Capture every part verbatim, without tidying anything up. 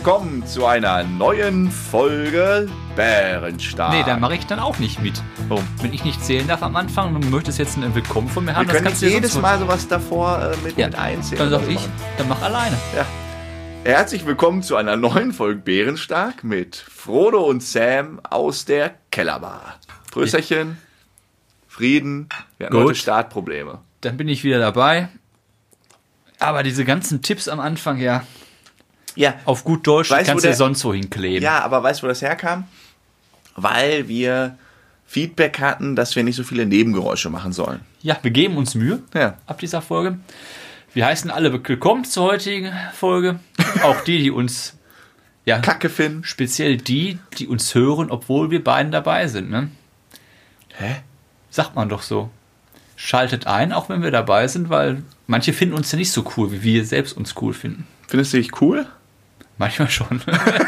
willkommen zu einer neuen Folge Bärenstark. Nee, da mache ich dann auch nicht mit. Warum? Wenn ich nicht zählen darf am Anfang und du möchtest jetzt ein Willkommen von mir haben, Wir das können kannst nicht du jedes sonst Mal sowas davor äh, mit, ja, mit einzählen. Dann sag oder so ich, machen. dann mach alleine. Ja. Herzlich willkommen zu einer neuen Folge Bärenstark mit Frodo und Sam aus der Kellerbar. Prösterchen, Frieden, wir hatten Gut. heute Startprobleme. Dann bin ich wieder dabei. Aber diese ganzen Tipps am Anfang, ja, Ja, auf gut Deutsch Weißt du, kannst wo du der- sonst wohin kleben. ja, aber weißt du, wo das herkam? Weil wir Feedback hatten, dass wir nicht so viele Nebengeräusche machen sollen. Ja, wir geben uns Mühe Ja. ab dieser Folge. Wir heißen alle willkommen zur heutigen Folge. Auch die, die uns, ja, Kacke finden. speziell die, die uns hören, obwohl wir beiden dabei sind, ne? Hä? Sagt man doch so. Schaltet ein, auch wenn wir dabei sind, weil manche finden uns ja nicht so cool, wie wir selbst uns cool finden. Findest du dich cool? Manchmal schon.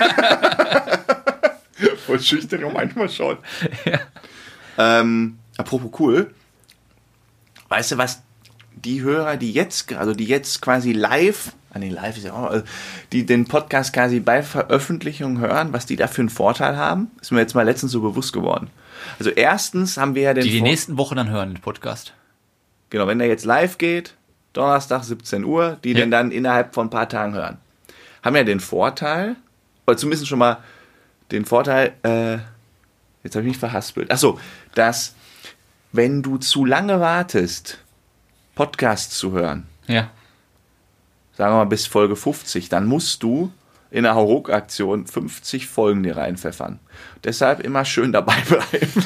Voll schüchtern, manchmal schon. Ja. Ähm, apropos cool. Weißt du was? Die Hörer, die jetzt, also die jetzt quasi live, ah nee, live ist ja auch, also die den Podcast quasi bei Veröffentlichung hören, was die da für einen Vorteil haben, ist mir jetzt mal letztens so bewusst geworden. Also erstens haben wir ja den Die die Vor- nächsten Wochen dann hören, den Podcast. Genau, wenn der jetzt live geht, Donnerstag siebzehn Uhr, die Ja. den dann innerhalb von ein paar Tagen hören, haben ja den Vorteil, oder zumindest schon mal den Vorteil, äh, jetzt habe ich mich verhaspelt, achso, dass wenn du zu lange wartest, Podcasts zu hören, Ja. sagen wir mal bis Folge fünfzig, dann musst du in der Hauruck-Aktion fünfzig Folgen dir reinpfeffern. Deshalb immer schön dabei bleiben.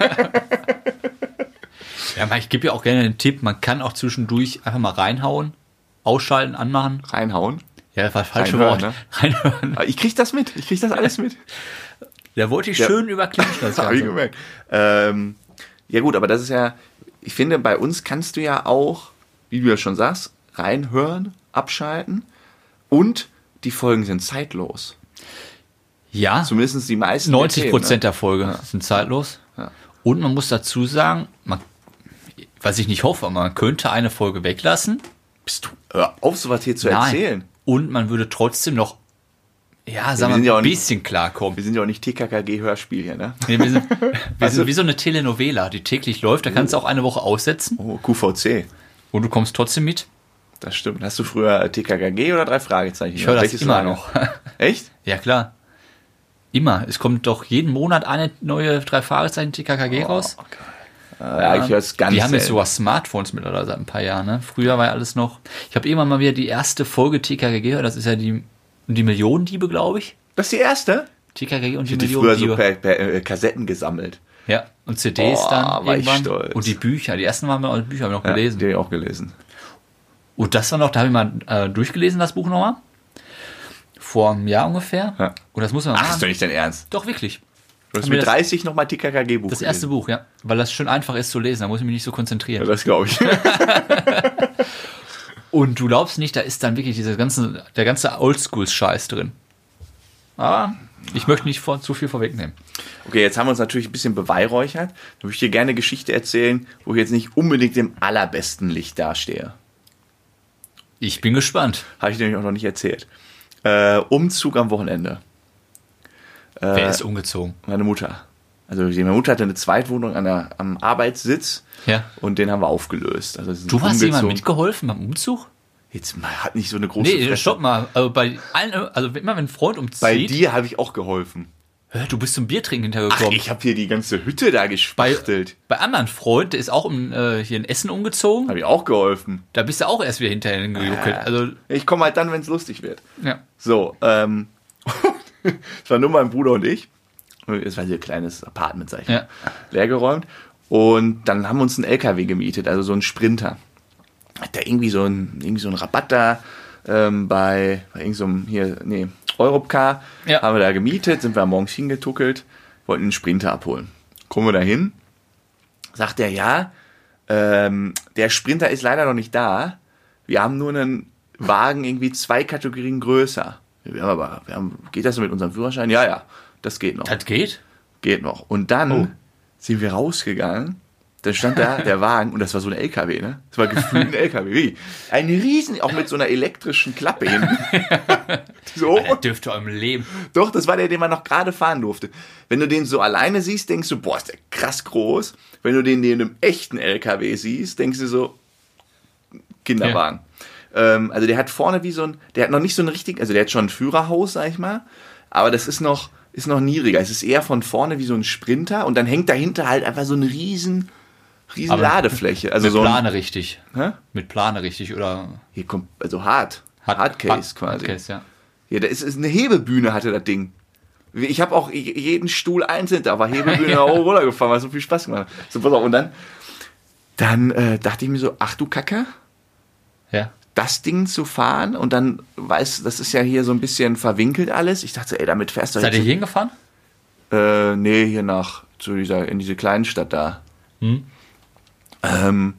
Ja, aber ich gebe ja auch gerne den Tipp, man kann auch zwischendurch einfach mal reinhauen, ausschalten, anmachen. Reinhauen. Ja, das war das falsche Reinhören, Wort. ne? Reinhören. Aber ich krieg das mit, ich krieg das alles mit. Da wollte ich Ja. schön überklinschen, das Das habe ich Ganze. gemerkt. Ähm, ja gut, aber das ist ja, ich finde, bei uns kannst du ja auch, wie du ja schon sagst, reinhören, abschalten und die Folgen sind zeitlos. Ja, Zumindest die meisten. neunzig Prozent der der Folge sind zeitlos. Ja. Und man muss dazu sagen, man, was ich nicht hoffe, aber man könnte eine Folge weglassen. Themen. Bist du, hör auf, sowas hier zu Nein. erzählen. Und man würde trotzdem noch, ja, sagen wir wir sind ja mal, auch ein nicht- bisschen klarkommen. Wir sind ja auch nicht T K K G-Hörspiel hier, ne? Nee, wir sind, wir Weißt du- sind wie so eine Telenovela, die täglich läuft. Da kannst du auch eine Woche aussetzen Oh, Q V C. und du kommst trotzdem mit. Das stimmt. Hast du früher T K K G oder drei Fragezeichen? Ich höre das Welches immer war noch. Echt? Ja, klar. Immer. Es kommt doch jeden Monat eine neue drei Fragezeichen T K K G raus. Oh, geil. Ja, ich höre es ganz Die haben jetzt selten. sogar Smartphones mittlerweile seit ein paar Jahren. Ne? Früher war ja alles noch. Ich habe irgendwann mal wieder die erste Folge T K K G gehört. Das ist ja die, die Millionendiebe, glaube ich. Das ist die erste? T K K G und die Die früher so Millionendiebe. per, per äh, Kassetten gesammelt. Ja, und C Ds Boah, dann war ich irgendwann. stolz. Und die Bücher. Die ersten waren wir Bücher haben wir noch Ja, gelesen. die habe ich auch gelesen. Und das war noch, da habe ich mal äh, durchgelesen, das Buch nochmal. Vor einem Jahr ungefähr. Ja. Und das muss man Ach, machen. ist doch nicht dein Ernst. Doch, wirklich. Du hast Haben wir mit das- dreißig nochmal T K K G-Buch Das erste Buch, ja. Weil das schön einfach ist zu lesen. Da muss ich mich nicht so konzentrieren. Ja, das glaube ich. Und du glaubst nicht, da ist dann wirklich dieser ganze, der ganze Oldschool-Scheiß drin. Aber ich möchte nicht vor, zu viel vorwegnehmen. Okay, jetzt haben wir uns natürlich ein bisschen beweihräuchert. Da würde ich dir gerne eine Geschichte erzählen, wo ich jetzt nicht unbedingt im allerbesten Licht dastehe. Ich bin gespannt. Habe ich dir nämlich auch noch nicht erzählt. Äh, Umzug am Wochenende. Wer ist umgezogen? Meine Mutter. Also meine Mutter hatte eine Zweitwohnung an der, am Arbeitssitz Ja. und den haben wir aufgelöst. Also sind Du hast umgezogen. jemand mitgeholfen beim Umzug? Jetzt mal, hat nicht so eine große Nee, Fresse. stopp mal. Also bei allen, also immer wenn ein Freund umzieht, Bei dir habe ich auch geholfen. Hä, du bist zum Biertrinken Ach, hintergekommen. ich habe hier die ganze Hütte da bei, gespachtelt. bei anderen Freund, der ist auch in, äh, hier in Essen umgezogen. Habe ich auch geholfen. Da bist du auch erst wieder hinterher hingejuckelt. Äh. Also, Ich komme halt dann, wenn es lustig wird. ja. So, ähm, es war nur mein Bruder und ich. Es war hier ein kleines Apartment, sag ich Ja. mal, leergeräumt. Und dann haben wir uns einen L K W gemietet, also so einen Sprinter. Hat da irgendwie so ein, irgendwie so ein Rabatt da ähm, bei, bei irgend so einem, hier, nee, Europcar. Ja. Haben wir da gemietet, sind wir morgens hingetuckelt, wollten einen Sprinter abholen. Kommen wir da hin, sagt er, ja, ähm, der Sprinter ist leider noch nicht da. Wir haben nur einen Wagen irgendwie zwei Kategorien größer. Wir haben aber, wir haben, geht das so mit unserem Führerschein? Ja, ja, das geht noch. Das geht? Geht noch. Und dann Oh. sind wir rausgegangen Dann stand da der Wagen und das war so ein L K W, ne? Das war gefühlt ein L K W. Wie? Ein riesen, auch mit so einer elektrischen Klappe hinten. So. Der dürfte eurem Leben. Doch, das war der, den man noch gerade fahren durfte. Wenn du den so alleine siehst, denkst du, boah, ist der krass groß. Wenn du den in einem echten L K W siehst, denkst du so, Kinderwagen. Ja. Ähm, also der hat vorne wie so ein, der hat noch nicht so ein richtig, also der hat schon ein Führerhaus, sag ich mal, aber das ist noch, ist noch niedriger. Es ist eher von vorne wie so ein Sprinter und dann hängt dahinter halt einfach so ein riesen riesen Aber Ladefläche. Also mit so ein, Plane richtig. Hä? Mit Plane richtig, oder? Hier kommt, also hart. Hard- Hardcase Hard- quasi. Hardcase, ja. Ja, das ist eine Hebebühne hatte das Ding. Ich habe auch jeden Stuhl einzeln, da war Hebebühne auch runtergefahren, weil es so viel Spaß gemacht hat. So, pass auf, und dann, dann äh, dachte ich mir so, ach du Kacke, Ja. das Ding zu fahren und dann, weißt das ist ja hier so ein bisschen verwinkelt alles. Ich dachte, ey, damit fährst du Seid ihr jetzt- hier hingefahren? Äh, nee, hier nach, zu dieser, in diese kleinen Stadt da. Hm. Ähm,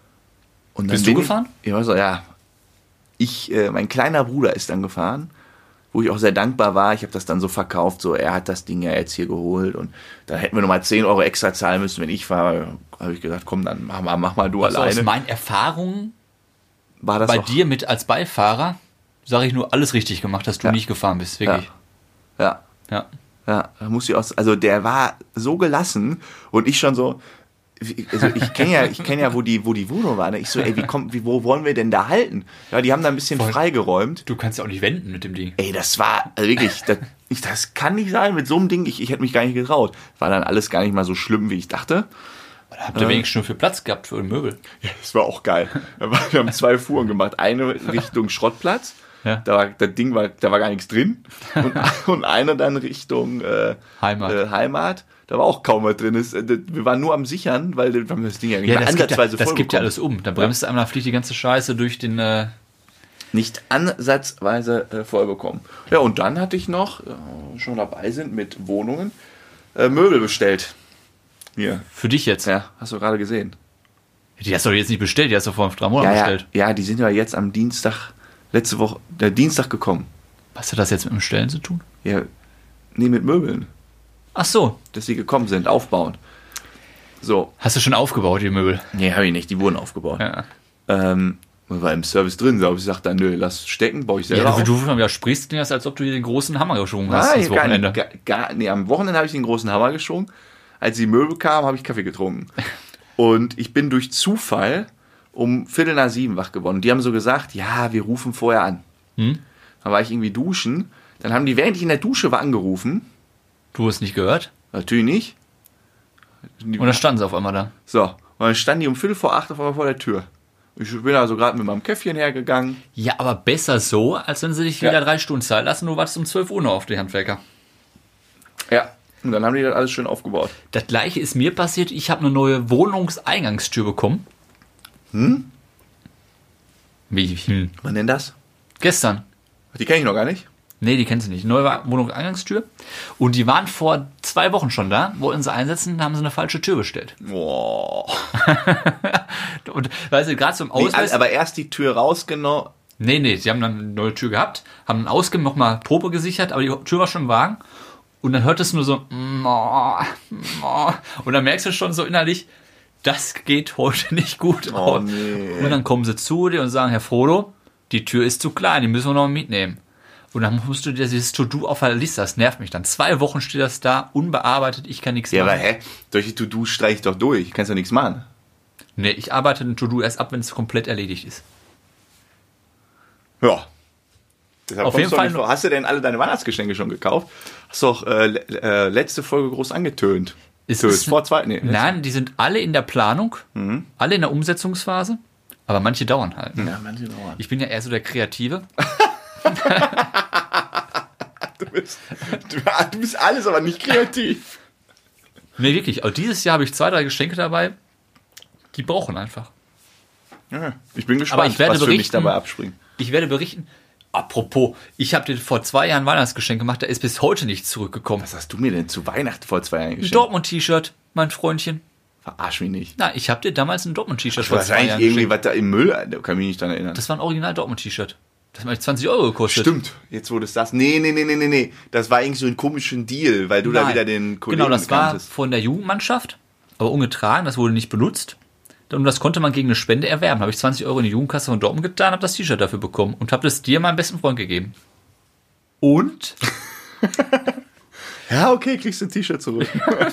und dann Bist bin du ich- gefahren? Ja, also, ja. Ich, äh, mein kleiner Bruder ist dann gefahren, wo ich auch sehr dankbar war. Ich habe das dann so verkauft, so er hat das Ding ja jetzt hier geholt und dann hätten wir nochmal zehn Euro extra zahlen müssen, wenn ich fahre. Habe ich gesagt, komm, dann mach mal, mach mal du Also aus alleine. meinen Erfahrungen War das bei auch, dir mit als Beifahrer, sage ich nur, alles richtig gemacht, dass du Ja. nicht gefahren bist, wirklich. Ja, Ja. ja, da muss ich auch, also der war so gelassen und ich schon so, also ich kenne ja, ich kenne ja, wo die, wo die Wohnung war. Ne? Ich so, ey, wie kommt, wie, wo wollen wir denn da halten? Ja, die haben da ein bisschen Voll. freigeräumt. Du kannst ja auch nicht wenden mit dem Ding. Ey, das war also wirklich, das, ich, das kann nicht sein mit so einem Ding. Ich, ich hätte mich gar nicht getraut. War dann alles gar nicht mal so schlimm, wie ich dachte. Oder habt ihr wenigstens schon viel Platz gehabt für Möbel? Ja, das war auch geil. Wir haben zwei Fuhren gemacht. Eine Richtung Schrottplatz. Ja. Da war, das Ding war, da war gar nichts drin. Und, und eine dann Richtung äh, Heimat. Äh, Heimat. Da war auch kaum was drin. Das, das, wir waren nur am Sichern, weil wir haben das Ding ja nicht Ja, mal das gibt ja, ansatzweise das voll gibt ja bekommen. alles um. Da bremst du einmal, fliegt die ganze Scheiße durch den... Äh, Nicht ansatzweise äh, voll bekommen. Ja, und dann hatte ich noch, äh, schon dabei sind mit Wohnungen, äh, Möbel bestellt. Hier. für dich jetzt. Ja, hast du gerade gesehen. Die hast du doch jetzt nicht bestellt, die hast du vor drei Monaten Ja, ja, bestellt. ja, die sind ja jetzt am Dienstag, letzte Woche, der Dienstag gekommen. Was hat das jetzt mit dem Stellen zu tun? Ja, nee, mit Möbeln, Ach so. dass sie gekommen sind, aufbauen. So, Hast du schon aufgebaut, die Möbel? nee, habe ich nicht, die wurden aufgebaut. Ja. Ähm, war im Service drin, so, aber ich sagte dann, nö, lass stecken, baue ich selber Ja, auf. du schon wieder sprichst, klingt das, als ob du hier den großen Hammer geschwungen hast Nein, das gar Wochenende. nicht, gar, gar, nee, am Wochenende habe ich den großen Hammer geschwungen. Als die Möbel kamen, habe ich Kaffee getrunken. Und ich bin durch Zufall um Viertel nach sieben wach geworden. Die haben so gesagt, ja, wir rufen vorher an. Hm? Dann war ich irgendwie duschen. Dann haben die, während ich in der Dusche war, angerufen. Du hast nicht gehört? Natürlich nicht. Und dann standen sie auf einmal da. So, und dann standen die um Viertel vor acht auf einmal vor der Tür. Ich bin also gerade mit meinem Käffchen hergegangen. Ja, aber besser so, als wenn sie dich Ja. wieder drei Stunden Zeit lassen, du wartest um zwölf Uhr noch auf die Handwerker. Ja, und dann haben die das alles schön aufgebaut. Das gleiche ist mir passiert, ich habe eine neue Wohnungseingangstür bekommen. Hm? Wie? Hm. Wann denn das? Gestern. Die kenne ich noch gar nicht. Nee, die kennst du nicht. Neue Wohnungseingangstür. Und die waren vor zwei Wochen schon da, wollten sie einsetzen, haben sie eine falsche Tür bestellt. Boah. Und weißt du, gerade zum Nee, Ausweis... aber erst die Tür rausgenommen. Nee, nee, sie haben dann eine neue Tür gehabt, haben dann ausgemacht, nochmal Probe gesichert, aber die Tür war schon im Wagen. Und dann hörtest du nur so... Und dann merkst du schon so innerlich, das geht heute nicht gut Oh, aus. nee. Und dann kommen sie zu dir und sagen, Herr Frodo, die Tür ist zu klein, die müssen wir noch mitnehmen. Und dann musst du dir dieses To-Do auf der Liste, das nervt mich dann. Zwei Wochen steht das da, unbearbeitet, ich kann nichts Ja, aber machen. hä? Solche To-Do streich ich doch durch. Kannst doch nichts machen. Nee, ich arbeite ein To-Do erst ab, wenn es komplett erledigt ist. Ja. Deshalb Auf kommst jeden du Fall nicht vor. Hast du denn alle deine Weihnachtsgeschenke schon gekauft? Hast doch äh, le- äh, letzte Folge groß angetönt. Es Tönt. ist- Vor zwei, nee. Nein, die sind alle in der Planung, Mhm. alle in der Umsetzungsphase, aber manche dauern halt. Ja, manche dauern. Ich bin ja eher so der Kreative. Du bist, du, du bist alles, aber nicht kreativ. Nee, wirklich. Also dieses Jahr habe ich zwei, drei Geschenke dabei, die brauchen einfach. Ja, ich bin gespannt, Aber ich werde was für mich berichten- dabei abspringt. Ich werde berichten, apropos, ich habe dir vor zwei Jahren ein Weihnachtsgeschenk gemacht, der ist bis heute nicht zurückgekommen. Was hast du mir denn zu Weihnachten vor zwei Jahren Ein geschenkt? Dortmund-T-Shirt, mein Freundchen. Verarsch mich nicht. Na, ich habe dir damals ein Dortmund-T-Shirt vor zwei Wahrscheinlich Jahren irgendwie geschenkt. was da im Müll, da kann ich mich nicht dran erinnern. Das war ein original Dortmund-T-Shirt. Das hat mir zwanzig Euro gekostet. Stimmt, jetzt wo du es sagst. Nee, nee, nee, nee, nee, nee. Das war irgendwie so ein komischen Deal, weil du da Nein. wieder den Kollegen Genau, das war kanntest. von der Jugendmannschaft aber ungetragen, das wurde nicht benutzt. Und das konnte man gegen eine Spende erwerben. Da habe ich zwanzig Euro in die Jugendkasse von Dortmund getan, habe das T-Shirt dafür bekommen und habe das dir, meinem besten Freund, gegeben. Und? Ja, okay, kriegst du ein T-Shirt zurück.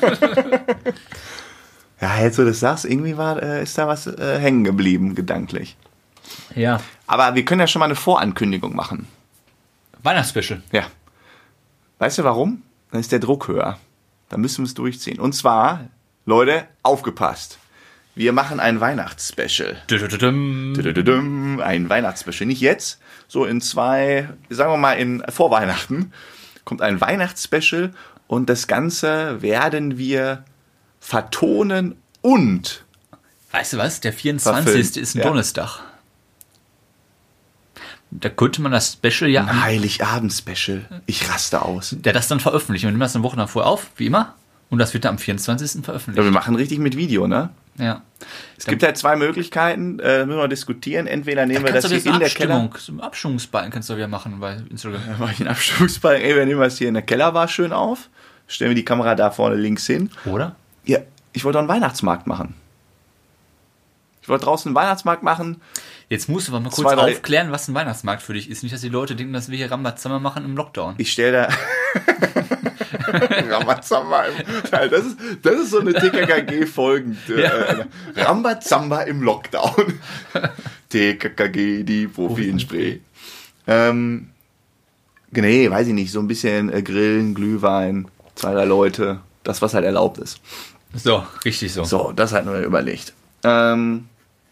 Ja, jetzt, wo du das sagst, irgendwie war, äh, ist da was äh, hängen geblieben, gedanklich. Ja. Aber wir können ja schon mal eine Vorankündigung machen. Weihnachtsspecial. Ja. Weißt du warum? Dann ist der Druck höher. Dann müssen wir es durchziehen. Und zwar, Leute, aufgepasst. Wir machen ein Weihnachtsspecial. Dü-dü-dü-düm. Ein Weihnachtsspecial. Nicht jetzt, so in zwei, sagen wir mal, in vor Weihnachten kommt ein Weihnachtsspecial und das Ganze werden wir vertonen und... Weißt du was? Der vierundzwanzigste ist ein ja. Donnerstag. Da könnte man das Special ja... Ein Heiligabend-Special. Ich raste aus. Der das dann veröffentlicht. Wir nehmen das eine Woche davor auf, wie immer. Und das wird dann am vierundzwanzigsten Ja, veröffentlicht. wir machen richtig mit Video, ne? Ja. Es gibt ja zwei Möglichkeiten, äh, müssen wir diskutieren. Entweder nehmen wir Kannst das du hier in der Keller. Abstimmung, so einen Abstimmungsbalken kannst du wieder machen bei Instagram. Dann mache ich einen Abstimmungsbalken. Entweder nehmen wir es hier in der Kellerbar schön auf, stellen wir die Kamera da vorne links hin. Oder? Ja, ich wollte auch einen Weihnachtsmarkt machen. Ich wollte draußen einen Weihnachtsmarkt machen. Jetzt musst du aber mal kurz Zwei, drei- aufklären, was ein Weihnachtsmarkt für dich ist. Nicht, dass die Leute denken, dass wir hier Rambazamba machen im Lockdown. Ich stelle da... Rambazamba im... Nein, das ist, das ist so eine T K K G-Folgen. Äh, Rambazamba im Lockdown. T K K G, die Profi in Spree. Ähm, nee, weiß ich nicht. So ein bisschen äh, Grillen, Glühwein, zwei, drei Leute. Das, was halt erlaubt ist. So, richtig so. So, das hat nur überlegt. Ähm,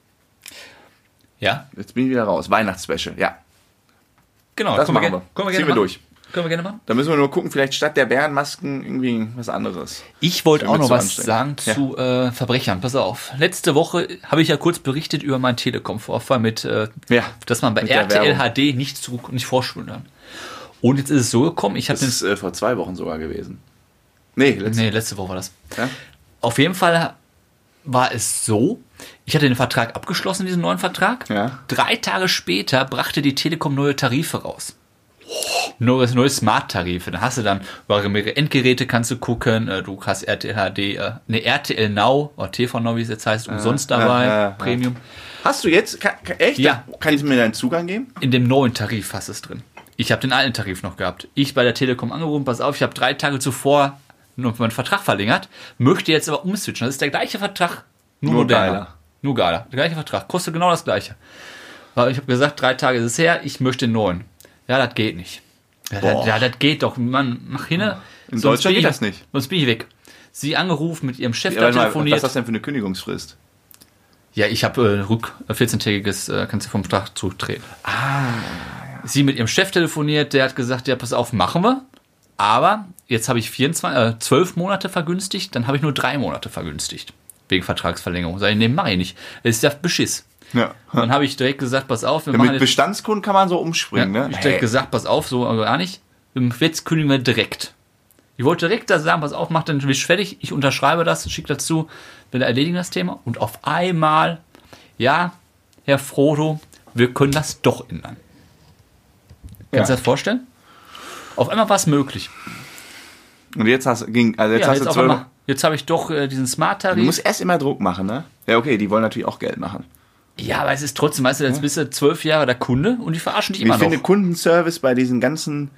Ja, jetzt bin ich wieder raus. Weihnachtsspecial, ja. genau. Das können machen gerne- wir. Können wir Ziehen gerne wir machen. durch. Können wir gerne machen. Da müssen wir nur gucken, vielleicht statt der Bärenmasken irgendwie was anderes. Ich wollte Wäre auch mir noch zu was sagen anstrengend. Ja. zu äh, Verbrechern. Pass auf. Letzte Woche habe ich ja kurz berichtet über meinen Telekom-Vorfall mit, äh, Ja, dass man bei mit der R T L Werbung. H D nicht, zu, nicht vorspulen kann. Und jetzt ist es so gekommen, ich habe Das ist äh, vor zwei Wochen sogar gewesen. Nee, letzte. Nee, letzte Woche war das. Ja? Auf jeden Fall war es so, ich hatte den Vertrag abgeschlossen, diesen neuen Vertrag. Ja. Drei Tage später brachte die Telekom neue Tarife raus. Neues, neue Smart-Tarife. Da hast du dann über mehrere Endgeräte kannst du gucken. äh, Du hast R T L H D, äh, ne, R T L Now, oder T V Now, wie es jetzt heißt, umsonst dabei, ja, ja, ja. Premium. Hast du jetzt, kann, kann, echt? Ja. Kann ich mir deinen Zugang geben? In dem neuen Tarif hast du es drin. Ich habe den alten Tarif noch gehabt. Ich bei der Telekom angerufen, pass auf, ich habe drei Tage zuvor noch meinen Vertrag verlängert, möchte jetzt aber umswitchen. Das ist der gleiche Vertrag, nur, Nur moderner. geiler. Nur geiler. Der gleiche Vertrag, kostet genau das gleiche. Weil ich habe gesagt, drei Tage ist es her, ich möchte den neuen. Ja, das geht nicht. Ja, das, Boah. ja, das geht doch. Mann, mach hin. In Sonst Deutschland bin geht ich- das nicht. Sonst bin ich weg. Sie angerufen, mit ihrem Chef Ja, da warte mal, was telefoniert. ist das denn für eine Kündigungsfrist? Ja, ich habe äh, rück äh, vierzehn-tägiges, äh, kannst du vom Vertrag zurücktreten. Ah. Sie mit ihrem Chef telefoniert, der hat gesagt, ja, pass auf, machen wir. Aber jetzt habe ich vierundzwanzig, äh, zwölf Monate vergünstigt, dann habe ich nur drei Monate vergünstigt. Wegen Vertragsverlängerung. Sag ich, nee, mach ich nicht. Das ist ja Beschiss. Ja. Dann habe ich direkt gesagt, pass auf, wir Ja, machen mit jetzt, Bestandskunden kann man so ja, umspringen, hab ne? ich direkt gesagt, pass auf, so also gar nicht. Jetzt kündigen wir direkt. Ich wollte direkt da sagen, pass auf, mach den Wisch fertig, ich unterschreibe das, schicke dazu, wir erledigen das Thema. Und auf einmal, ja, Herr Frodo, wir können das doch ändern. Kannst du Ja. dir das vorstellen? Auf einmal war es möglich. Und jetzt hast, ging, also jetzt Ja, hast jetzt, du auf zwölf. einmal, jetzt habe ich doch äh, diesen Du Smart-Tarif. musst erst immer Druck machen, ne? Ja, okay, die wollen natürlich auch Geld machen. Ja, aber es ist trotzdem, weißt du, jetzt bist du zwölf Jahre der Kunde und die verarschen dich Ich immer finde noch. Kundenservice bei diesen ganzen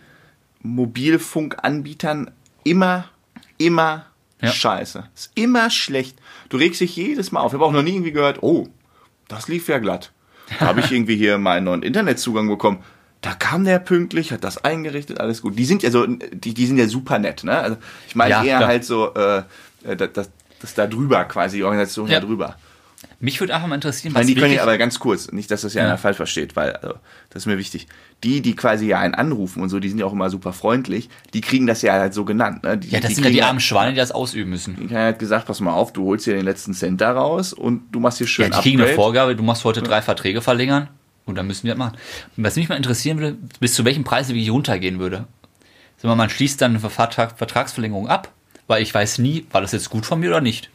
Mobilfunkanbietern immer, immer Ja. scheiße. Ist immer schlecht. Du regst dich jedes Mal auf. Ich habe auch noch nie irgendwie gehört, oh, das lief ja glatt. Da habe ich irgendwie hier meinen neuen Internetzugang bekommen. Da kam der pünktlich, hat das eingerichtet, alles gut. Die sind ja so, die, die sind ja super nett, ne? Also ich meine Ja, eher klar. halt so, äh, das, das, das da drüber quasi, die Organisation Ja. da drüber. Mich würde einfach mal interessieren, Ich was meine, die können wirklich... ja aber ganz kurz, nicht, dass das ja, Ja. einer falsch versteht, weil also, das ist mir wichtig. Die, die quasi ja einen anrufen und so, die sind ja auch immer super freundlich, die kriegen das ja halt so genannt. Ne? Die, ja, das die sind ja die kriegen armen Schweine, die das ausüben müssen. Die haben halt gesagt, pass mal auf, du holst dir den letzten Cent da raus und du machst hier schön Ja, die kriegen eine Upgrade. Vorgabe, du machst heute drei Verträge verlängern und dann müssen wir das machen. Und was mich mal interessieren würde, bis zu welchem Preis wie ich runtergehen würde. Sagen wir mal, man schließt dann eine Vertrag, Vertragsverlängerung ab, weil ich weiß nie, war das jetzt gut von mir oder nicht.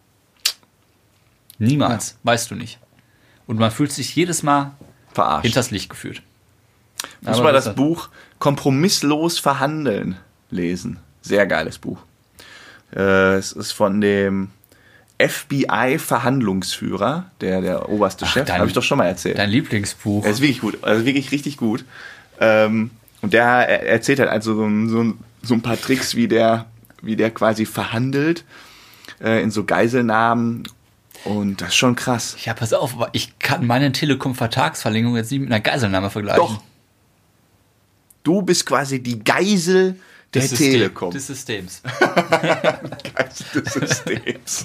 Niemals, weißt du nicht. Und man fühlt sich jedes Mal Verarscht. hinters Licht geführt. Muss Aber mal was das ist Buch Kompromisslos verhandeln lesen. Sehr geiles Buch. Äh, es ist von dem F B I-Verhandlungsführer, der, der oberste Ach, Chef, dein- habe ich doch schon mal erzählt. Dein Lieblingsbuch. Er ist wirklich gut, also wirklich richtig gut. Ähm, und der er erzählt halt also so, ein- so, ein- so ein paar Tricks, wie der, wie der quasi verhandelt äh, in so Geiselnahmen. Und das ist schon krass. Ja, pass auf, aber ich kann meine Telekom-Vertragsverlängerung jetzt nicht mit einer Geiselnahme vergleichen. Doch. Du bist quasi die Geisel der Des System- Telekom. Des Systems. Geisel des Systems.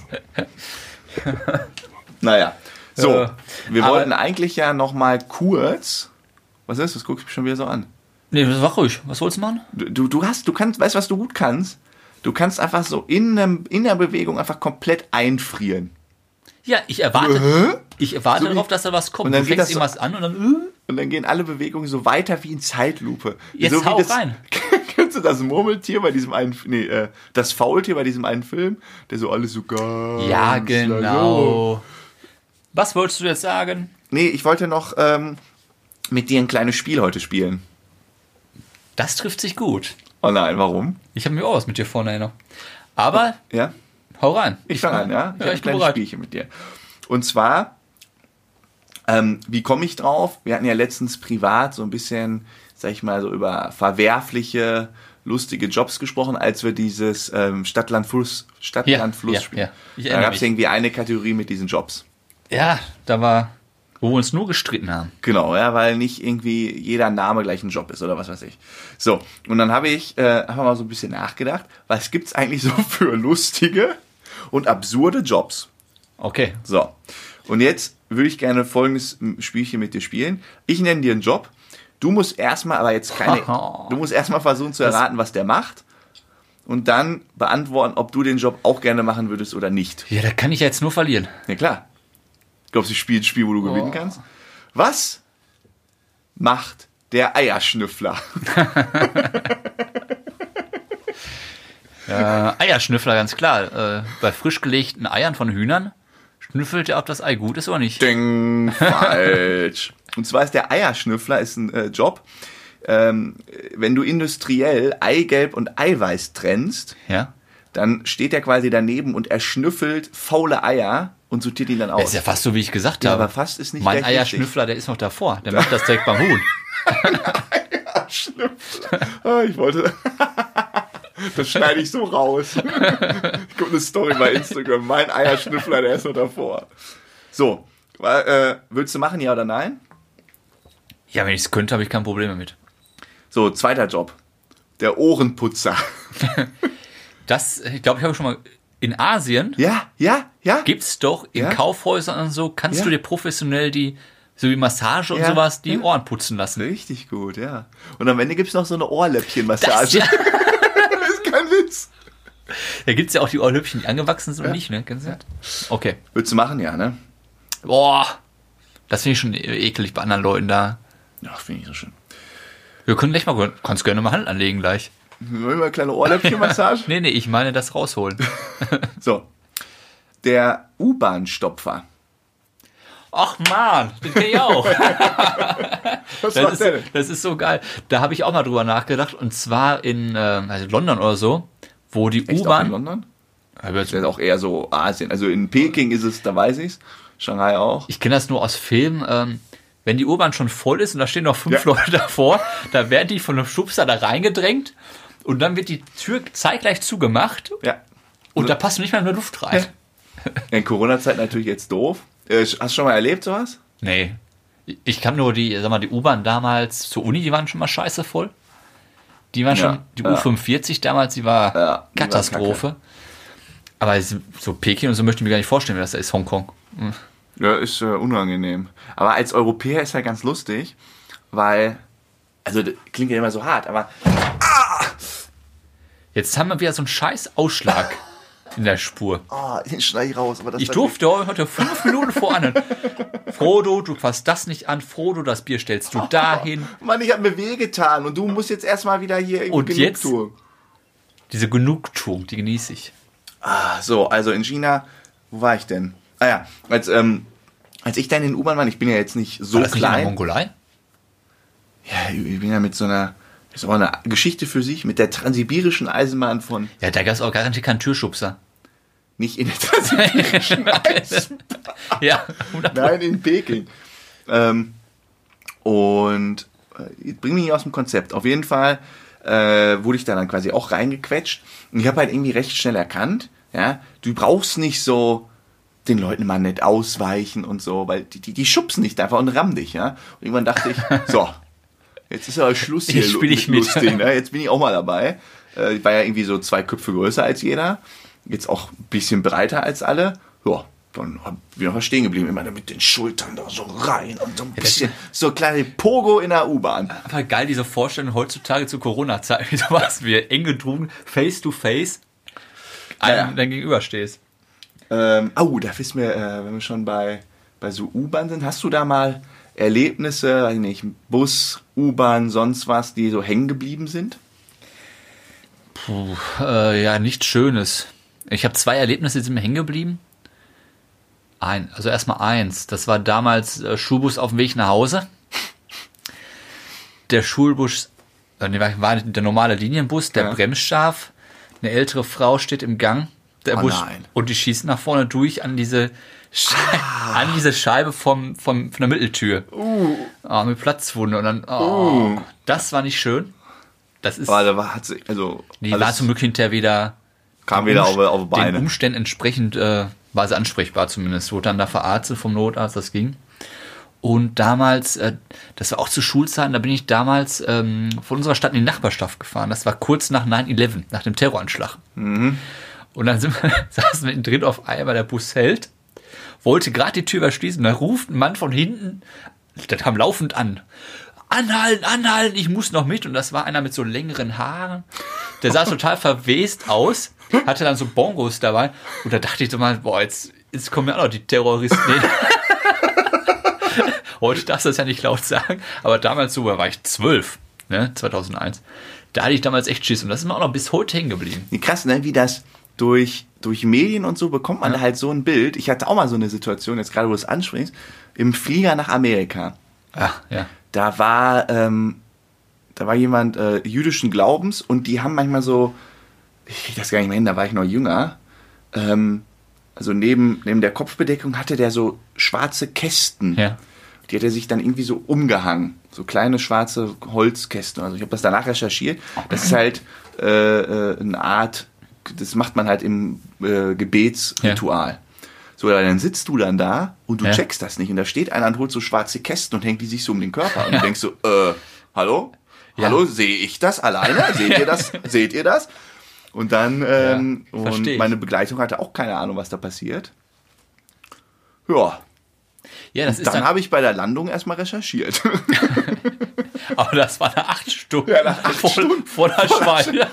Naja, so, Ja, wir aber- wollten eigentlich ja noch mal kurz. Was ist das? Guckst du mich schon wieder so an. Nee, das war ruhig. Was wolltest du machen? Du, du hast, du kannst, weißt du, was du gut kannst? Du kannst einfach so in, einem, in der Bewegung einfach komplett einfrieren. Ja, ich erwarte, Hä? ich erwarte So wie- darauf, dass da was kommt. Und dann Du geht fängst das so- irgendwas an und dann... Äh, Und dann gehen alle Bewegungen so weiter wie in Zeitlupe. Jetzt so wie hau das, rein. Kennst du das Murmeltier bei diesem einen, nee, äh, das Faultier bei diesem einen Film, der so alles so ganz ja, langsam- genau. Was wolltest du jetzt sagen? Nee, ich wollte noch ähm, mit dir ein kleines Spiel heute spielen. Das trifft sich gut. Oh nein, warum? Ich habe mir auch was mit dir vorne noch. Aber Ja? hau rein. Ich fange an, ja? Ich Ja, habe ein ich bin kleines bereit. Spielchen mit dir. Und zwar, ähm, wie komme ich drauf? Wir hatten ja letztens privat so ein bisschen, sag ich mal, so über verwerfliche, lustige Jobs gesprochen, als wir dieses ähm, Stadt-Land-Fluss Stadt-Land-Fluss Ja, ja, spielen. ja. Ich Da erinnere gab es mich. irgendwie eine Kategorie mit diesen Jobs. Ja, da war, wo wir uns nur gestritten haben. Genau, ja, weil nicht irgendwie jeder Name gleich ein Job ist oder was weiß ich. So, und dann habe ich äh, einfach mal so ein bisschen nachgedacht, was gibt's eigentlich so für lustige und absurde Jobs? Okay. So, und jetzt würde ich gerne folgendes Spielchen mit dir spielen. Ich nenne dir einen Job. Du musst erstmal, aber jetzt keine, du musst erstmal versuchen zu erraten, was der macht. Und dann beantworten, ob du den Job auch gerne machen würdest oder nicht. Ja, da kann ich ja jetzt nur verlieren. Ja klar. Glaubst du, ich spiele ein Spiel, wo du gewinnen kannst? Was macht der Eierschnüffler? Äh, Eierschnüffler, ganz klar. Äh, bei frisch gelegten Eiern von Hühnern schnüffelt er, ob das Ei gut ist oder nicht. Ding, falsch. Und zwar ist der Eierschnüffler ist ein äh, Job, ähm, wenn du industriell Eigelb und Eiweiß trennst, Ja? dann steht er quasi daneben und er schnüffelt faule Eier und sortiert ihn dann Das ist aus. ja fast so, wie ich gesagt Ja, habe. aber fast ist nicht Mein gleich Eierschnüffler, der ist noch davor. Der macht das direkt beim Huhn. Schnüffler. Ah, ich wollte. Das schneide ich so raus. Ich gucke eine Story bei Instagram. Mein Eierschnüffler, der ist noch davor. So, äh, willst du machen, ja oder nein? Ja, wenn ich es könnte, habe ich kein Problem damit. So, zweiter Job. Der Ohrenputzer. Das, ich glaube, ich habe schon mal... In Asien Ja, ja, ja. gibt's doch in Ja? Kaufhäusern und so, kannst Ja? du dir professionell die, so wie Massage und Ja, sowas, die ja. Ohren putzen lassen. Richtig gut, ja. Und am Ende gibt es noch so eine Ohrläppchenmassage. Das, ja, Das ist kein Witz. da gibt's ja auch die Ohrlüppchen, die angewachsen sind und nicht, ne? Kennst du das? Okay. Willst du machen, ja, ne? Boah, das finde ich schon ekelig bei anderen Leuten da. Ja, finde ich so schön. Wir können gleich mal, kannst gerne mal Hand anlegen gleich. Wollen wir mal eine kleine Ohrläppchenmassage? Nee, nee, ich meine das rausholen. So. Der U-Bahn-Stopfer. Ach man, den kenn ich auch. Was Das macht ist, der denn? das ist so geil. Da habe ich auch mal drüber nachgedacht. Und zwar in äh, also London oder so, wo die Echt auch in U-Bahn... London? Aber jetzt- Das ist auch eher so Asien. Also in Peking ist es, da weiß ich's. Shanghai auch. Ich kenne das nur aus Filmen. Ähm, wenn die U-Bahn schon voll ist und da stehen noch fünf Ja. Leute davor, da werden die von einem Schubser da reingedrängt und dann wird die Tür zeitgleich zugemacht Ja. und da passt nicht mehr mehr Luft rein. In Corona-Zeit natürlich jetzt doof. Äh, Hast du schon mal erlebt sowas? Nee. Ich kann nur die, sag mal, die U-Bahn damals zur Uni, die waren schon mal scheiße voll. Die waren Ja, schon, die ja. U fünfundvierzig damals, die war Ja, die war Katastrophe. Aber es- so Peking und so möchte ich mir gar nicht vorstellen, wie das da ist, Hongkong. Hm. Ja, ist äh, unangenehm. Aber als Europäer ist halt ganz lustig, weil, also das klingt ja immer so hart, aber Jetzt haben wir wieder so einen scheiß Ausschlag in der Spur. oh, den schneide ich raus. Aber das Ich war durfte heute fünf Minuten voran. Frodo, du fasst das nicht an. Frodo, das Bier stellst du dahin. die- Mann, ich habe mir wehgetan und du musst jetzt erstmal wieder hier irgendwie Und jetzt? tun. Diese Genugtuung, die genieße ich. Ah, so, also in China, wo war ich denn? Ah ja, als, ähm, als ich dann in U-Bahn war, ich bin ja jetzt nicht so War das nicht in der klein. Mongolei? Ja, ich bin ja mit so einer, das ist auch eine Geschichte für sich, mit der transsibirischen Eisenbahn von, Ja, da gab es auch garantiert keinen Türschubser. nicht in der Tasse. Ja, Nein, in Peking. Ähm, und äh, bring mich nicht aus dem Konzept. Auf jeden Fall äh, wurde ich da dann quasi auch reingequetscht. Und ich habe halt irgendwie recht schnell erkannt, ja, du brauchst nicht so den Leuten mal nicht ausweichen und so, weil die, die, die schubsen dich einfach und rammen dich, ja. Und irgendwann dachte ich, so, jetzt ist aber Schluss hier Jetzt spiel ich mit. lustig, ne? Jetzt bin ich auch mal dabei. Äh, ich war ja irgendwie so zwei Köpfe größer als jeder, jetzt auch ein bisschen breiter als alle. Ja, dann bin ich noch stehen geblieben, immer mit den Schultern da so rein und so ein bisschen, so kleine Pogo in der U-Bahn. Einfach geil, diese Vorstellung heutzutage zu Corona-Zeiten, wie du warst, wir eng gedrungen, face to face, einem Ja, ja. dann gegenüberstehst. Ähm, oh, da wissen wir, äh, wenn wir schon bei, bei so U-Bahn sind, hast du da mal Erlebnisse, weiß ich nicht, Bus, U-Bahn, sonst was, die so hängen geblieben sind? Puh, äh, ja, nichts Schönes. Ich habe zwei Erlebnisse, die sind mir hängen geblieben. Ein, also erstmal eins, das war damals äh, Schulbus auf dem Weg nach Hause. Der Schulbus, äh, nee, war der normale Linienbus, der Ja. bremst scharf. Eine ältere Frau steht im Gang, der Oh Bus, nein. und die schießt nach vorne durch an diese, Schei- Ah. an diese Scheibe vom, vom, von der Mitteltür. Uh. Ah, mit Platzwunde. Und dann, oh, Uh. das war nicht schön. Das ist, Aber da war, hat sie, also, die alles war zum Glück hinterher wieder, kam wieder auf, auf die den Beine. Umständen entsprechend äh, war sie ansprechbar zumindest. Wurde dann da verarztet vom Notarzt, das ging. Und damals, äh, das war auch zu Schulzeiten, da bin ich damals ähm, von unserer Stadt in die Nachbarschaft gefahren. Das war kurz nach neun elf, nach dem Terroranschlag. Mhm. Und dann sind wir, saßen wir drin auf einmal, der Bus hält, wollte gerade die Tür verschließen, da ruft ein Mann von hinten, der kam laufend an. Anhalten, anhalten, ich muss noch mit. Und das war einer mit so längeren Haaren. Der sah total verwest aus, hatte dann so Bongos dabei. Und da dachte ich so mal, boah, jetzt, jetzt kommen ja auch noch die Terroristen. Nee. Heute darfst du das ja nicht laut sagen, aber damals so, da war ich zwölf, ne, zweitausendeins. Da hatte ich damals echt Schiss und das ist mir auch noch bis heute hängen geblieben. Wie krass, ne? Wie das durch, durch Medien und so bekommt man Ja. halt so ein Bild. Ich hatte auch mal so eine Situation, jetzt gerade wo du es ansprichst, im Flieger nach Amerika. Ja, ja. Da war, ähm, da war jemand äh, jüdischen Glaubens und die haben manchmal so, ich krieg das gar nicht mehr hin, da war ich noch jünger, ähm, also neben, neben der Kopfbedeckung hatte der so schwarze Kästen. Ja. Die hat er sich dann irgendwie so umgehangen. So kleine schwarze Holzkästen. Also ich habe das danach recherchiert. Das ist halt äh, äh, eine Art, das macht man halt im äh, Gebetsritual. Ja. So, dann sitzt du dann da und du ja. checkst das nicht. Und da steht einer und holt so schwarze Kästen und hängt die sich so um den Körper. Und ja. du denkst so, äh, hallo? Ja. Hallo, sehe ich das alleine? Seht ihr das? Seht ihr das? Und dann, ähm, ja, und meine Begleitung hatte auch keine Ahnung, was da passiert. Ja. Ja, das ist dann dann habe ich bei der Landung erstmal recherchiert. Aber das war nach acht Stunden. Ja, nach acht vor, Stunden. Vor der Schweine.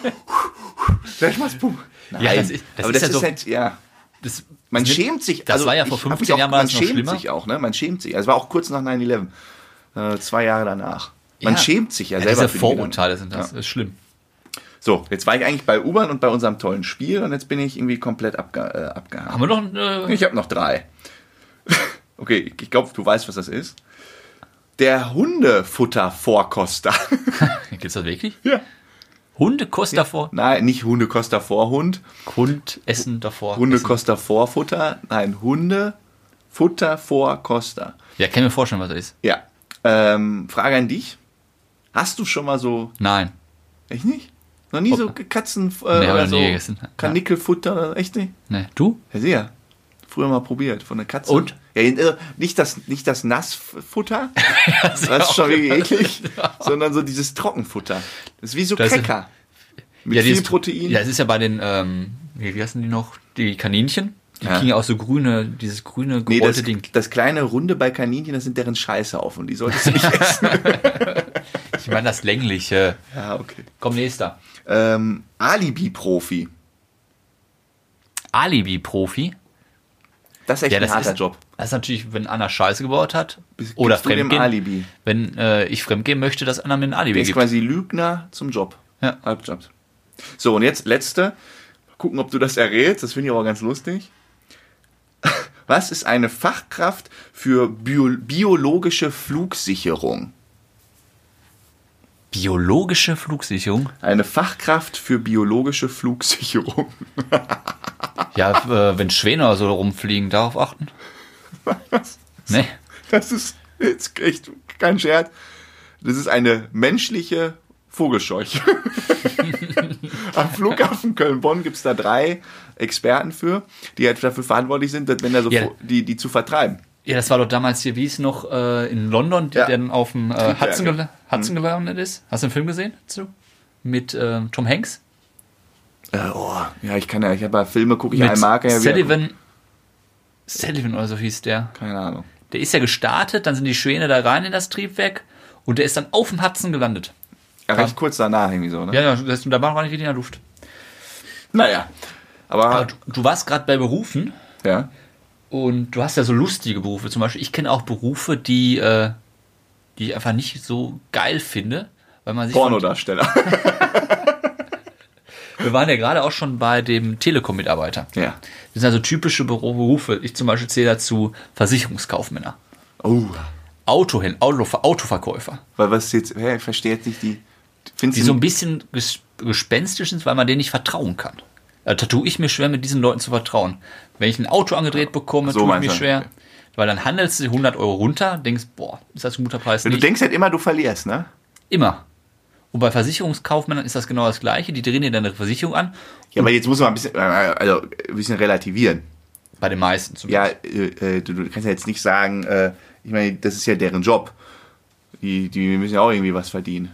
Ja, das ist, das aber ist, das ja ist so, halt, ja. Das, man das schämt sich. Das also war ja vor fünfzehn auch, Jahren war man das noch schämt schlimmer. sich auch, ne? Man schämt sich. Also es war auch kurz nach neun elf. Äh, zwei Jahre danach. Man ja. schämt sich ja, ja selber. Diese Vorurteile sind das. Ja. Das ist schlimm. So, jetzt war ich eigentlich bei U-Bahn und bei unserem tollen Spiel und jetzt bin ich irgendwie komplett abge äh, abgehakt. Haben wir noch äh Ich habe noch drei. Okay, ich glaube, du weißt, was das ist. Der Hundefutter-Vorkoster. Gibt's das wirklich? Ja. Hundekost davor? Nein, nicht Hundekoster Vorhund. Hund essen davor. Hundekoster Vorfutter. Nein, Hundefutter Vorkoster. Ja, kann mir vorstellen, was das ist. Ja. Ähm, Frage an dich. Hast du schon mal so... Nein. Echt nicht? Noch nie so Katzen... Äh, nee, oder so nie gegessen. Kanickelfutter? Echt nicht? Nee. Du? Ja, sehr. Früher mal probiert von der Katze. Und? Ja, nicht das, nicht das Nassfutter, ja, das ist schon wirklich eklig, sondern so dieses Trockenfutter. Das ist wie so das Cracker. Mit ja, viel dieses, Protein. Ja, es ist ja bei den, ähm, wie heißen die noch? Die Kaninchen. Die ja. kriegen ja auch so grüne, dieses grüne gerollte nee, das, Ding. Das kleine Runde bei Kaninchen, das sind deren Scheiße auf und die solltest du nicht essen. Ich meine das längliche. Ja, okay. Komm, nächster. Ähm, Alibi-Profi. Alibi-Profi? Das ist echt ja, ein das harter ist, Job. Das ist natürlich, wenn Anna Scheiße gebaut hat. Gibst oder du dem fremdgehen. Alibi. Wenn äh, ich fremdgehen möchte, dass Anna mir ein Alibi Der ist gibt. quasi Lügner zum Job. Ja. Halbjob. So, und jetzt letzte. Mal gucken, ob du das errätst. Das finde ich aber ganz lustig. Was ist eine Fachkraft für Bio biologische Flugsicherung? Biologische Flugsicherung? Eine Fachkraft für biologische Flugsicherung. Ja, äh, wenn Schwäne oder so rumfliegen, darauf achten. Was? Nee. Das ist jetzt echt kein Scherz. Das ist eine menschliche Vogelscheuche. Am Flughafen Köln-Bonn gibt es da drei Experten für, die halt dafür verantwortlich sind, dass, wenn da so Ja. die, die zu vertreiben. Ja, das war doch damals hier, wie es noch äh, in London, Ja. der dann auf dem äh, Hudson, Ja. gel Hudson gelandet ist. Hast du den Film gesehen dazu? Mit äh, Tom Hanks? Äh, oh, ja, ich kann ja, ich habe ja Filme, gucke ich Mit einen Marker ja wieder. Sullivan. Sullivan oder so hieß der. Keine Ahnung. Der ist ja gestartet, dann sind die Schwäne da rein in das Triebwerk und der ist dann auf dem Hudson gelandet. Ja, recht kurz danach irgendwie so, ne? Ja, ja, das, da war noch nicht richtig in der Luft. Naja. Aber, Aber du, du warst gerade bei Berufen ja. und du hast ja so lustige Berufe. Zum Beispiel, ich kenne auch Berufe, die, äh, die ich einfach nicht so geil finde, weil man sich. Pornodarsteller. Wir waren ja gerade auch schon bei dem Telekom-Mitarbeiter. Ja. Das sind also typische Büro- Berufe. Ich zum Beispiel zähle dazu Versicherungskaufmänner, Oh. Autohändler, Auto, Autoverkäufer, Weil was jetzt, hä, ich verstehe jetzt nicht die. Findest die du so ein bisschen ges gespenstisch sind, weil man denen nicht vertrauen kann. Da tue ich mir schwer, mit diesen Leuten zu vertrauen. Wenn ich ein Auto angedreht bekomme, So tue ich meinst mir du. schwer. Weil dann handelst du hundert Euro runter, denkst, boah, ist das ein guter Preis? Du Nicht. denkst halt immer, du verlierst, ne? Immer. Und bei Versicherungskaufmännern ist das genau das Gleiche. Die drehen dir deine Versicherung an. Ja, aber jetzt muss man ein bisschen, äh, also ein bisschen relativieren. Bei den meisten Ja, zumindest. äh, äh, du, du kannst ja jetzt nicht sagen, äh, ich meine, das ist ja deren Job. Die, die müssen ja auch irgendwie was verdienen.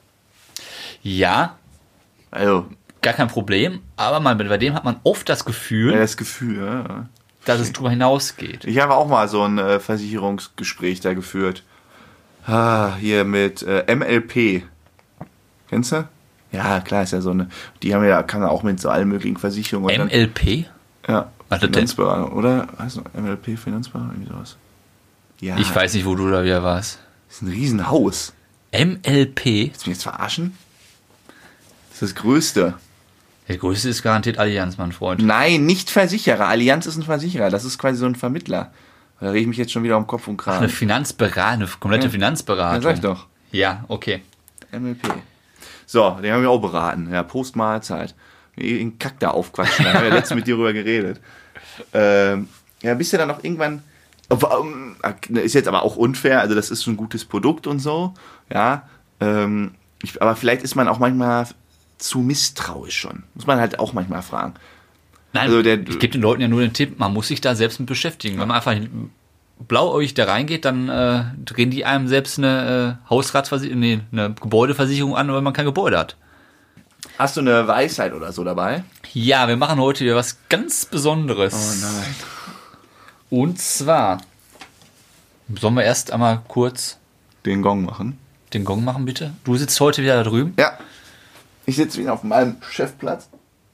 Ja, Also, gar kein Problem. Aber man, bei dem hat man oft das Gefühl, ja, das Gefühl, ja. dass es drüber hinausgeht. Ich habe auch mal so ein äh, Versicherungsgespräch da geführt. Ah, hier mit äh, M L P. Kennst du? Ja, klar, ist ja so eine. Die haben ja, kann ja auch mit so allen möglichen Versicherungen. und M L P? Dann, ja, Was ist das denn? Finanzberater, oder? Heißt noch M L P Finanzberater? Irgendwie sowas. Ja, Ich weiß nicht, wo du da wieder warst. das ist ein Riesenhaus. M L P? Willst du mich jetzt verarschen? Das ist das Größte. Der größte ist garantiert Allianz, mein Freund. Nein, nicht Versicherer. Allianz ist ein Versicherer. Das ist quasi so ein Vermittler. Da rede ich mich jetzt schon wieder um Kopf und Eine Kragen. Finanzberatung, eine komplette Ja. Finanzberatung. Ja, sag ich doch. Ja, okay. M L P. So, den haben wir auch beraten. Ja, Post-Mahlzeit. Den Kack da aufquatschen. Da haben wir ja letztens mit dir drüber geredet. Ähm, ja, bist du dann noch irgendwann. Ähm, ist jetzt aber auch unfair. Also, das ist schon ein gutes Produkt und so. Ja. Ähm, ich, aber vielleicht ist man auch manchmal zu misstrauisch schon. Muss man halt auch manchmal fragen. Nein, Also der- ich gebe den Leuten ja nur den Tipp, man muss sich da selbst mit beschäftigen. Wenn man einfach blauäugig da reingeht, dann äh, drehen die einem selbst eine äh, Hausratsversicherung, nee, eine Gebäudeversicherung an, weil man kein Gebäude hat. Hast du eine Weisheit oder so dabei? Ja, wir machen heute wieder was ganz Besonderes. Oh nein. Und zwar, sollen wir erst einmal kurz Den Gong machen. den Gong machen, bitte? Du sitzt heute wieder da drüben. Ja. Ich sitze wieder auf meinem Chefplatz.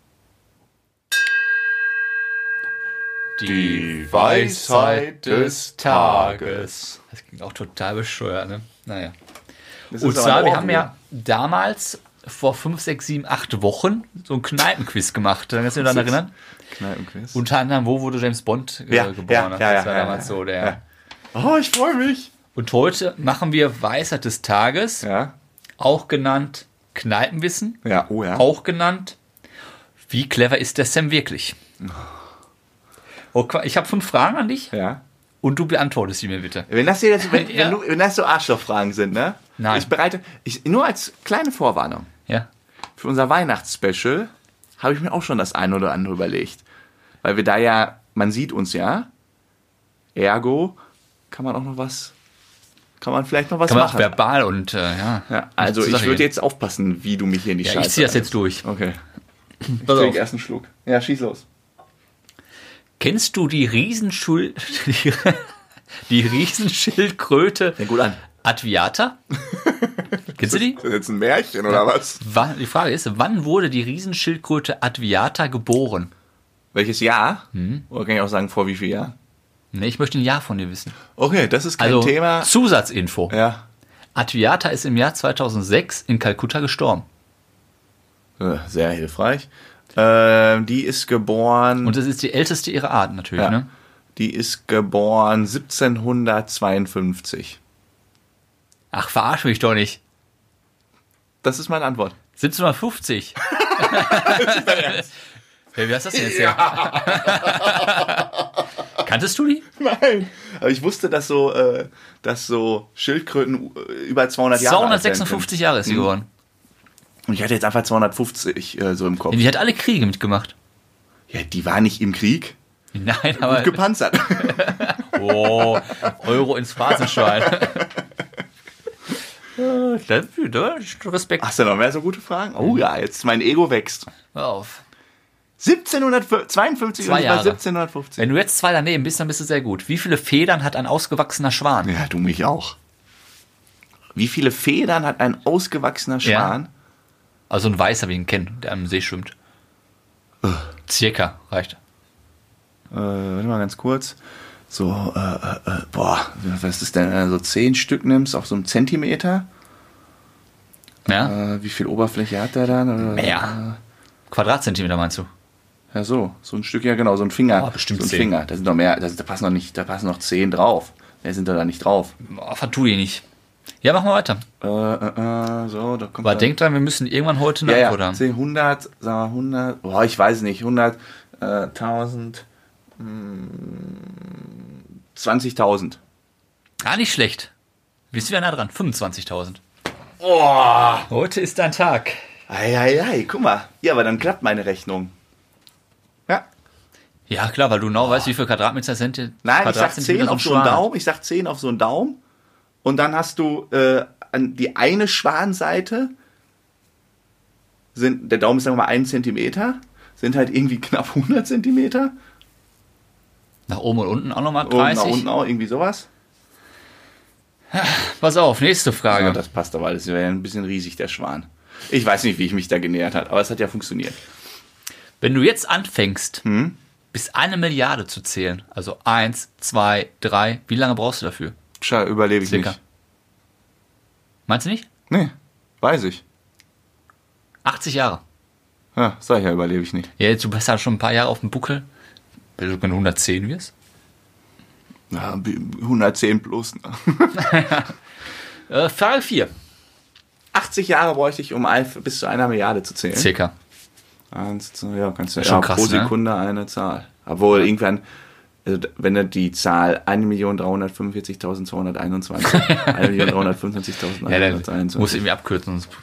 Die Weisheit des Tages. Das klingt auch total bescheuert, ne? Naja. Das Und ist aber zwar, ein wir haben Ohrwurm. ja damals vor fünf, sechs, sieben, acht Wochen so ein Kneipenquiz gemacht. Kannst du dich daran erinnern? Kneipenquiz. Unter anderem, wo wurde James Bond äh, Ja, geboren? ja, das ja, ja, war ja, damals ja, so der. ja. Oh, ich freue mich. Und heute machen wir Weisheit des Tages, Ja. auch genannt Kneipenwissen, Ja, oh ja. auch genannt, wie clever ist der Sam wirklich? Okay, ich habe fünf Fragen an dich Ja. und du beantwortest sie mir bitte. Wenn das hier jetzt, wenn, Ja. wenn, du, wenn das so Arschlochfragen sind, ne? Nein. Ich bereite, ich, nur als kleine Vorwarnung. Ja. Für unser Weihnachtsspecial habe ich mir auch schon das eine oder andere überlegt. Weil wir da ja, man sieht uns ja, ergo kann man auch noch was, kann man vielleicht noch was Kann man auch machen. verbal und äh, ja. Ja, also zur ich Sache würde gehen. jetzt aufpassen, wie du mich hier in die Ja, Scheiße ich ziehe das reitest. jetzt durch. Okay. Ich Pass trinke auf. erst einen Schluck. Ja, schieß los. Kennst du die Riesenschul die, die Riesenschildkröte Ja, gut an. Adviata? Kennst du die? Ist das jetzt ein Märchen oder was? Wann, die Frage ist, wann wurde die Riesenschildkröte Adviata geboren? Welches Jahr? Hm? Oder kann ich auch sagen, vor wie viel Jahren? Ne, ich möchte ein Jahr von dir wissen. Okay, das ist kein Also Thema. Zusatzinfo. Ja. Adviata ist im Jahr zweitausendsechs in Kalkutta gestorben. Äh, Sehr hilfreich. Ähm, die ist geboren. Und das ist die älteste ihrer Art natürlich, ja, ne? Die ist geboren siebzehnhundertzweiundfünfzig. Ach, verarsch mich doch nicht. Das ist meine Antwort. siebzehnhundertfünfzig. Hey, wie hast du das denn jetzt her? Kanntest du die? Nein. Aber ich wusste, dass so, äh, dass so Schildkröten äh, über zweihundert Jahre alt zweihundertsechsundfünfzig Jahre ist sie Mhm. geworden. Und ich hatte jetzt einfach zweihundertfünfzig äh, so im Kopf. Die hat alle Kriege mitgemacht. Ja, die war nicht im Krieg. Nein, Gut aber... gepanzert. Oh, Euro ins Phrasenschwein. Da, da, Respekt. Hast du noch mehr so gute Fragen? Oh ja, jetzt mein Ego wächst. Hör auf. siebzehnhundertzweiundfünfzig Zwei und ich war Jahre. siebzehnhundertfünfzig. Wenn du jetzt zwei daneben bist, dann bist du sehr gut. Wie viele Federn hat ein ausgewachsener Schwan? Ja, du mich auch. Wie viele Federn hat ein ausgewachsener Schwan? Also ein Weißer, wie ich ihn kenne, der am See schwimmt. Circa, reicht. Äh, warte mal ganz kurz. So, äh, äh, äh, boah, was ist denn, wenn du so zehn Stück nimmst auf so einem Zentimeter? Ja? Äh, wie viel Oberfläche hat der dann? Mehr. Quadratzentimeter meinst du? Ja, so, so ein Stück, ja genau, so ein Finger. Oh, bestimmt so ein zehn. Finger. Da sind noch mehr, da, da passen noch nicht, da passen noch zehn drauf. Mehr sind da, da nicht drauf. Oh, vertu die nicht. Ja, machen wir weiter. Äh, äh, äh, so, da kommt Aber da- denk dran, wir müssen irgendwann heute eine ja, Antwort ja, haben. zehn, hundert, sagen wir hundert, boah, ich weiß nicht, hundert, äh, tausend, mh, zwanzigtausend. Ah, nicht schlecht. Bist wieder nah dran. fünfundzwanzigtausend. Oh, heute ist dein Tag. Eieiei, guck mal. Ja, aber dann klappt meine Rechnung. Ja. Ja, klar, weil du genau weißt, wie viel Quadratmeter sind. Nein, ich sag Quadratzentimeter zehn auf so einen Schwan hat. Daumen. Ich sag zehn auf so einen Daumen. Und dann hast du äh, an die eine Schwanseite, sind, der Daumen ist sagen wir mal ein Zentimeter, sind halt irgendwie knapp hundert Zentimeter. Nach oben und unten auch nochmal Und nach dreißig. unten auch irgendwie sowas. Pass auf, nächste Frage. Ja, das passt aber, das wäre ja ein bisschen riesig, der Schwan. Ich weiß nicht, wie ich mich da genähert habe, aber es hat ja funktioniert. Wenn du jetzt anfängst, Hm? bis eine Milliarde zu zählen, also eins, zwei, drei, wie lange brauchst du dafür? Tja, überlebe ich Circa. nicht. Meinst du nicht? Nee, weiß ich. achtzig Jahre. Ja, sag ich ja, überlebe ich nicht. Ja, jetzt, du bist ja schon ein paar Jahre auf dem Buckel. Wenn du sogar hundertzehn wirst. Ja, hundertzehn plus. Äh, Frage vier. achtzig Jahre bräuchte ich, um ein, bis zu einer Milliarde zu zählen. Circa. Eins, zwei, ja, kannst du Schon ja, krass, pro ne? Sekunde eine Zahl. Obwohl irgendwann, also wenn du die Zahl eine Million dreihundertfünfundvierzigtausendzweihunderteinundzwanzig, eine Million Ja, dann dreihundertfünfundvierzigtausendeinhunderteinundzwanzig. muss irgendwie abkürzen. sonst-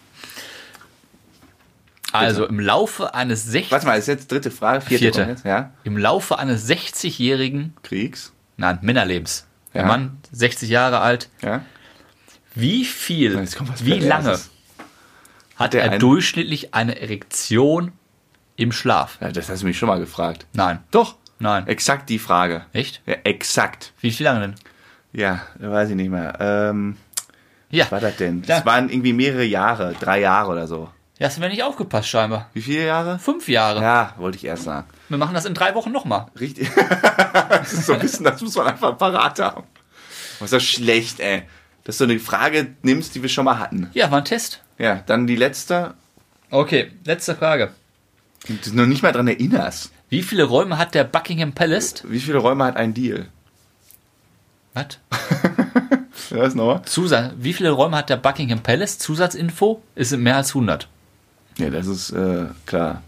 Also im Laufe eines sechzig Warte mal, ist jetzt dritte Frage, vierte, Vierte. kommt jetzt, ja? im Laufe eines sechzigjährigen, Kriegs, nein, Männerlebens. Der Ja. Mann, sechzig Jahre alt. ja? Wie viel, Jetzt kommt was wie lange Perverses. hat der er ein- durchschnittlich eine Erektion im Schlaf? Ja, das hast du mich schon mal gefragt. Nein. Doch, Nein. exakt die Frage. Echt? Ja, exakt. Wie viel lange denn? Ja, da weiß ich nicht mehr. Ähm, Ja. was war das denn? Ja. Das waren irgendwie mehrere Jahre, drei Jahre oder so. Ja, hast du mir nicht aufgepasst, scheinbar. Wie viele Jahre? Fünf Jahre. Ja, wollte ich erst sagen. Wir machen das in drei Wochen nochmal. Richtig. Das ist so ein bisschen, das muss man einfach parat haben. Was ist das schlecht, ey. Dass du eine Frage nimmst, die wir schon mal hatten. Ja, war ein Test. Ja, dann die letzte, Okay, letzte Frage. die du noch nicht mal dran erinnerst. Wie viele Räume hat der Buckingham Palace? Wie viele Räume hat ein Deal? Was? Ja, ist nochmal? Zusatz. Wie viele Räume hat der Buckingham Palace? Zusatzinfo? Es sind mehr als hundert. Ja, das ist äh, klar.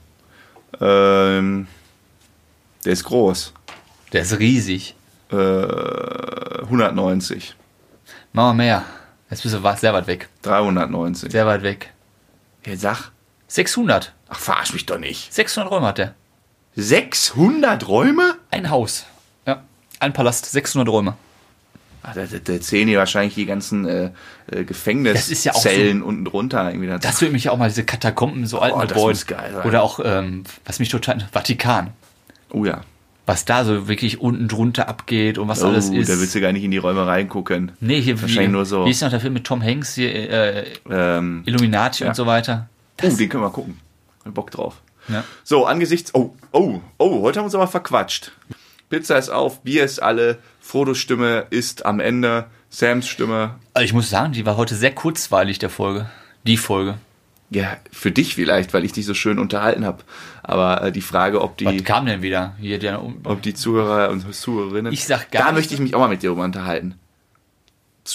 Ähm, der ist groß. Der ist riesig. Äh, hundertneunzig. Machen wir mehr. Jetzt bist du wa- sehr weit weg. dreihundertneunzig. Sehr weit weg. Ja, sag. sechshundert. Ach, verarsch mich doch nicht. sechshundert Räume hat der. sechshundert Räume? Ein Haus. Ja. Ein Palast. sechshundert Räume. Ach, da, da, da zählen hier wahrscheinlich die ganzen äh, äh, Das ist ja auch Gefängniszellen unten drunter. Irgendwie dazu. Das würde mich ja auch mal, diese Katakomben, so alten das Gebäuden. muss geil sein. Oder auch, ähm, was mich total, Vatikan. Oh ja. Was da so wirklich unten drunter abgeht und was Oh, alles ist. da willst du gar nicht in die Räume reingucken. Nee, hier Wahrscheinlich wie, nur so. Wie ist noch der Film mit Tom Hanks hier, äh, Ähm, Illuminati Ja. und so weiter? oh, den können wir gucken. Hab Bock drauf. Ja. So, angesichts... Oh, oh, oh, heute haben wir uns aber verquatscht. Pizza ist auf, Bier ist alle, Frodos Stimme ist am Ende, Sams Stimme... Also ich muss sagen, die war heute sehr kurzweilig, der Folge. Die Folge. Ja, für dich vielleicht, weil ich dich so schön unterhalten habe. Aber äh, die Frage, ob die... Was kam denn wieder? Hier der, ob die Zuhörer und Zuhörerinnen... Ich sag gar Da nicht- möchte ich mich auch mal mit dir drüber unterhalten.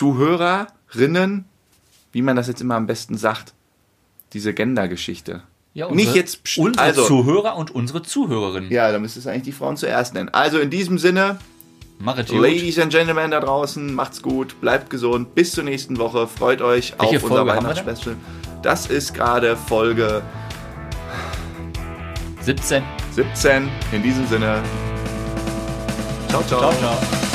Zuhörerinnen, wie man das jetzt immer am besten sagt. Diese Gender-Geschichte. Ja, unsere, Nicht jetzt, pst, unsere also, Zuhörer und unsere Zuhörerinnen. Ja, dann müsstest du eigentlich die Frauen zuerst nennen. Also in diesem Sinne, Machet Ladies and Gentlemen da draußen, macht's gut, bleibt gesund, bis zur nächsten Woche, freut euch Welche auf unser Folge haben wir Weihnachtsspecial. Das ist gerade Folge siebzehn. siebzehn. In diesem Sinne, ciao, ciao. Ciao, ciao.